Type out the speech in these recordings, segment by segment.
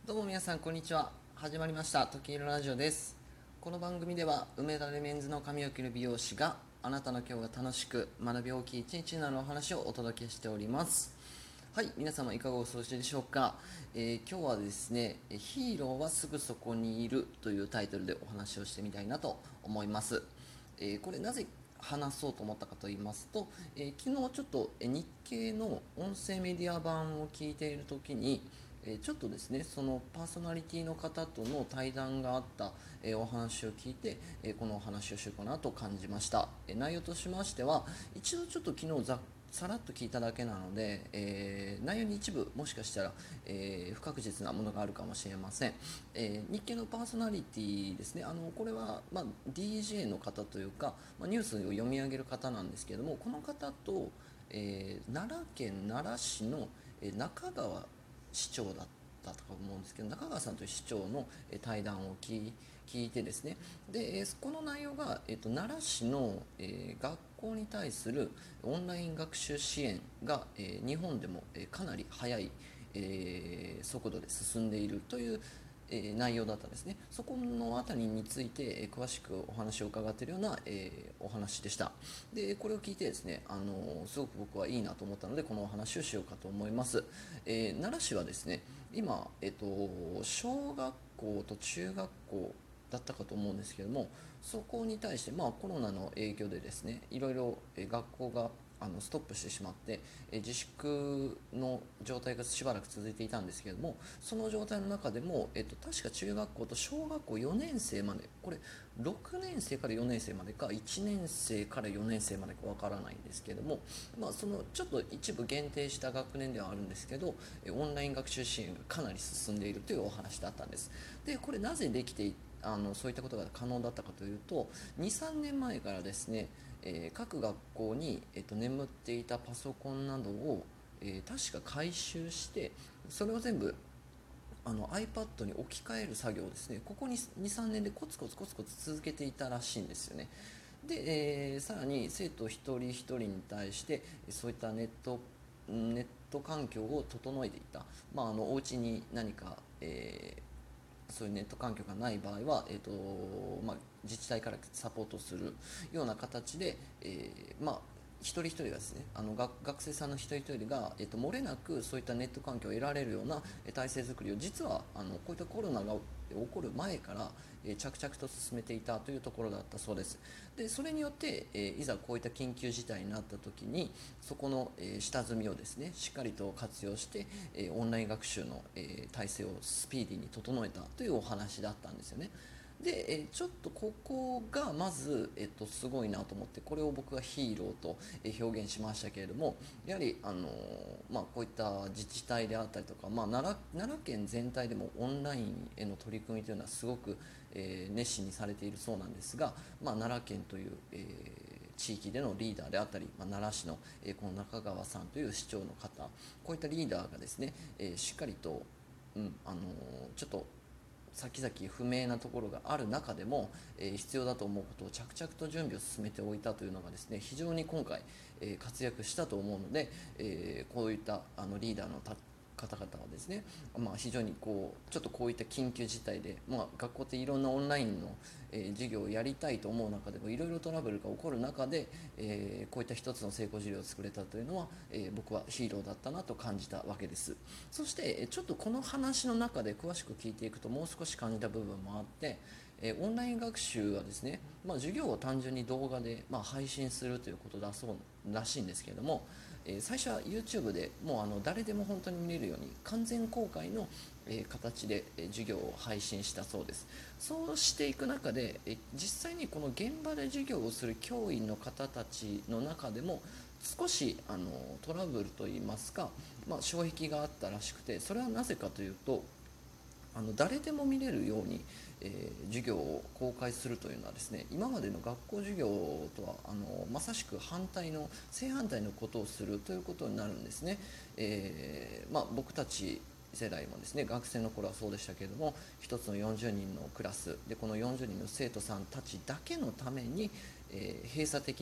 どうも皆さんこんにちは。始まりました時色ラジオです。この番組では梅田でメンズの髪を切る美容師があなたの今日が楽しく学び大きい一日になるお話をお届けしております。はい、皆様いかがお過ごしでしょうか。今日はですね、ヒーローはすぐそこにいるというタイトルでお話をしてみたいなと思います。これなぜ話そうと思ったかと言いますと、昨日ちょっと日経の音声メディア版を聞いている時に、ちょっとですねそのパーソナリティの方との対談があった、お話を聞いて、このお話をしようかなと感じました。内容としましては一度ちょっと昨日さらっと聞いただけなので、内容に一部もしかしたら、不確実なものがあるかもしれません。日経のパーソナリティですね、これは、DJ の方というか、ニュースを読み上げる方なんですけれども、この方と、奈良県奈良市の、中川市長だったとか思うんですけど、中川さんという市長の対談を聞いてですね、でこの内容が、奈良市の、学校に対するオンライン学習支援が、日本でも、かなり速い、速度で進んでいるという、内容だったんですね。そこの辺りについて、詳しくお話を伺っているような、お話でした。でこれを聞いてですね、すごく僕はいいなと思ったのでこのお話をしようかと思います。奈良市はですね今、小学校と中学校だったかと思うんですけども、そこに対して、コロナの影響でですねいろいろ学校がストップしてしまって、自粛の状態がしばらく続いていたんですけれども、その状態の中でも、確か中学校と小学校4年生まで、これ6年生から4年生までか1年生から4年生までかわからないんですけれども、そのちょっと一部限定した学年ではあるんですけど、オンライン学習支援がかなり進んでいるというお話だったんです。でこれなぜできてそういったことが可能だったかというと、23年前からですね、各学校に、眠っていたパソコンなどを、確か回収して、それを全部iPad に置き換える作業をですね、ここに23年でコツコツコツコツ続けていたらしいんですよね。で、さらに生徒一人一人に対してそういったネット環境を整えていた、お家に何か、そういうネット環境がない場合は、自治体からサポートするような形で、一人一人がですね、学生さんの一人一人が、漏れなくそういったネット環境を得られるような体制づくりを、実はこういったコロナが起こる前から、着々と進めていたというところだったそうです。でそれによって、いざこういった緊急事態になった時にそこの、下積みをですねしっかりと活用して、オンライン学習の、体制をスピーディーに整えたというお話だったんですよね。で、ちょっとここがまず、すごいなと思って、これを僕はヒーローと表現しましたけれども、やはり、こういった自治体であったりとか、奈良県全体でもオンラインへの取り組みというのはすごく、熱心にされているそうなんですが、奈良県という、地域でのリーダーであったり、奈良市の、この中川さんという市長の方、こういったリーダーがですね、しっかりと、ちょっと先々不明なところがある中でも、必要だと思うことを着々と準備を進めておいたというのがですね非常に今回、活躍したと思うので、こういったリーダーの方々はですね、非常にちょっとこういった緊急事態で、学校っていろんなオンラインの、授業をやりたいと思う中でもいろいろトラブルが起こる中で、こういった一つの成功事例を作れたというのは、僕はヒーローだったなと感じたわけです。そしてちょっとこの話の中で詳しく聞いていくともう少し感じた部分もあって、オンライン学習はですね、授業を単純に動画で、配信するということだそうらしいんですけれども、最初は YouTube でもう誰でも本当に見れるように完全公開の、形で、授業を配信したそうです。そうしていく中で、実際にこの現場で授業をする教員の方たちの中でも少しトラブルといいますか、障壁があったらしくて、それはなぜかというと、誰でも見れるように、授業を公開するというのはですね、今までの学校授業とはまさしく正反対のことをするということになるんですね。僕たち世代もですね、学生の頃はそうでしたけれども、一つの40人のクラスでこの40人の生徒さんたちだけのために、閉鎖的な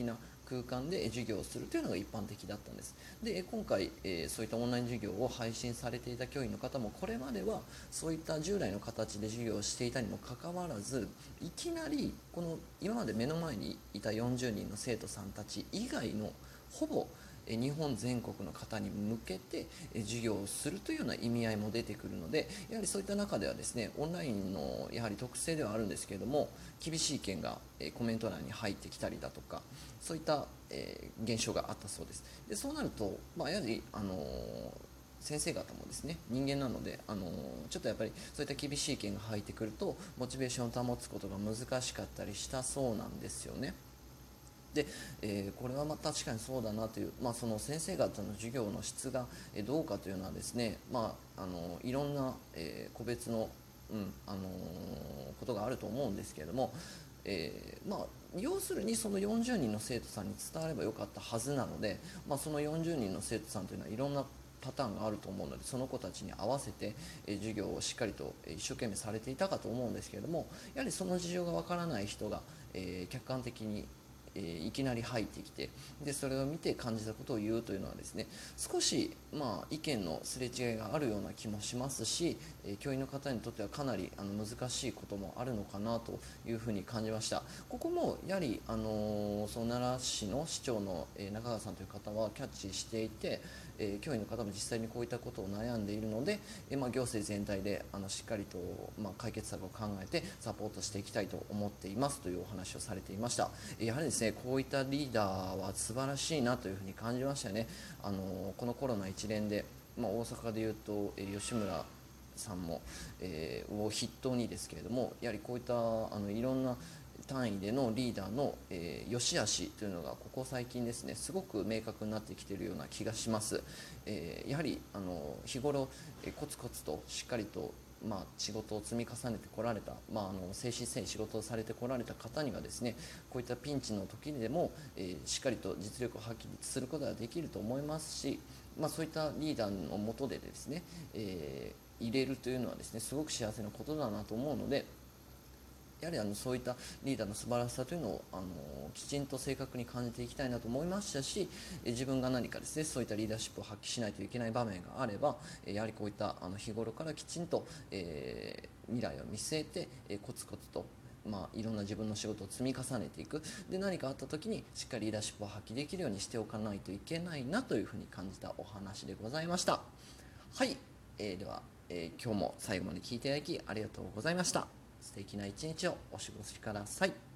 空間で授業をするというのが一般的だったんです。で今回、そういったオンライン授業を配信されていた教員の方もこれまではそういった従来の形で授業をしていたにもかかわらず、いきなりこの今まで目の前にいた40人の生徒さんたち以外のほぼ日本全国の方に向けて授業をするというような意味合いも出てくるので、やはりそういった中ではですね、オンラインのやはり特性ではあるんですけれども、厳しい意見がコメント欄に入ってきたりだとか、そういった現象があったそうです。でそうなると、やはり先生方もですね、人間なので、ちょっとやっぱりそういった厳しい意見が入ってくるとモチベーションを保つことが難しかったりしたそうなんですよね。で、これは確かにそうだなという、その先生方の授業の質がどうかというのはですね、いろんな、個別の、ことがあると思うんですけれども、要するにその40人の生徒さんに伝わればよかったはずなので、その40人の生徒さんというのはいろんなパターンがあると思うので、その子たちに合わせて授業をしっかりと一生懸命されていたかと思うんですけれども、やはりその事情がわからない人が客観的にいきなり入ってきて、でそれを見て感じたことを言うというのはですね、少し意見のすれ違いがあるような気もしますし、教員の方にとってはかなり難しいこともあるのかなというふうに感じました。ここもやはり、その奈良市の市長の、中川さんという方はキャッチしていて、教員の方も実際にこういったことを悩んでいるので、行政全体でしっかりと、解決策を考えてサポートしていきたいと思っていますというお話をされていました。やはりですね、こういったリーダーは素晴らしいなというふうに感じましたね。このコロナ一連で、大阪でいうと、吉村さんも、を筆頭にですけれども、やはりこういったいろんな単位でのリーダーの、良し悪しというのがここ最近ですね、すごく明確になってきているような気がします。やはり日頃、コツコツとしっかりと仕事を積み重ねてこられた、誠心誠意仕事をされてこられた方にはですね、こういったピンチの時でも、しっかりと実力を発揮することができると思いますし、そういったリーダーの下でですね、入れるというのはですね、すごく幸せなことだなと思うので、やはりそういったリーダーの素晴らしさというのをきちんと正確に感じていきたいなと思いましたし、自分が何かですね、そういったリーダーシップを発揮しないといけない場面があれば、やはりこういった日頃からきちんと、未来を見据えて、コツコツといろんな自分の仕事を積み重ねていく。で何かあった時にしっかりリーダーシップを発揮できるようにしておかないといけないなというふうに感じたお話でございました。はい、では、今日も最後まで聞いていただきありがとうございました。素敵な一日をお過ごしください。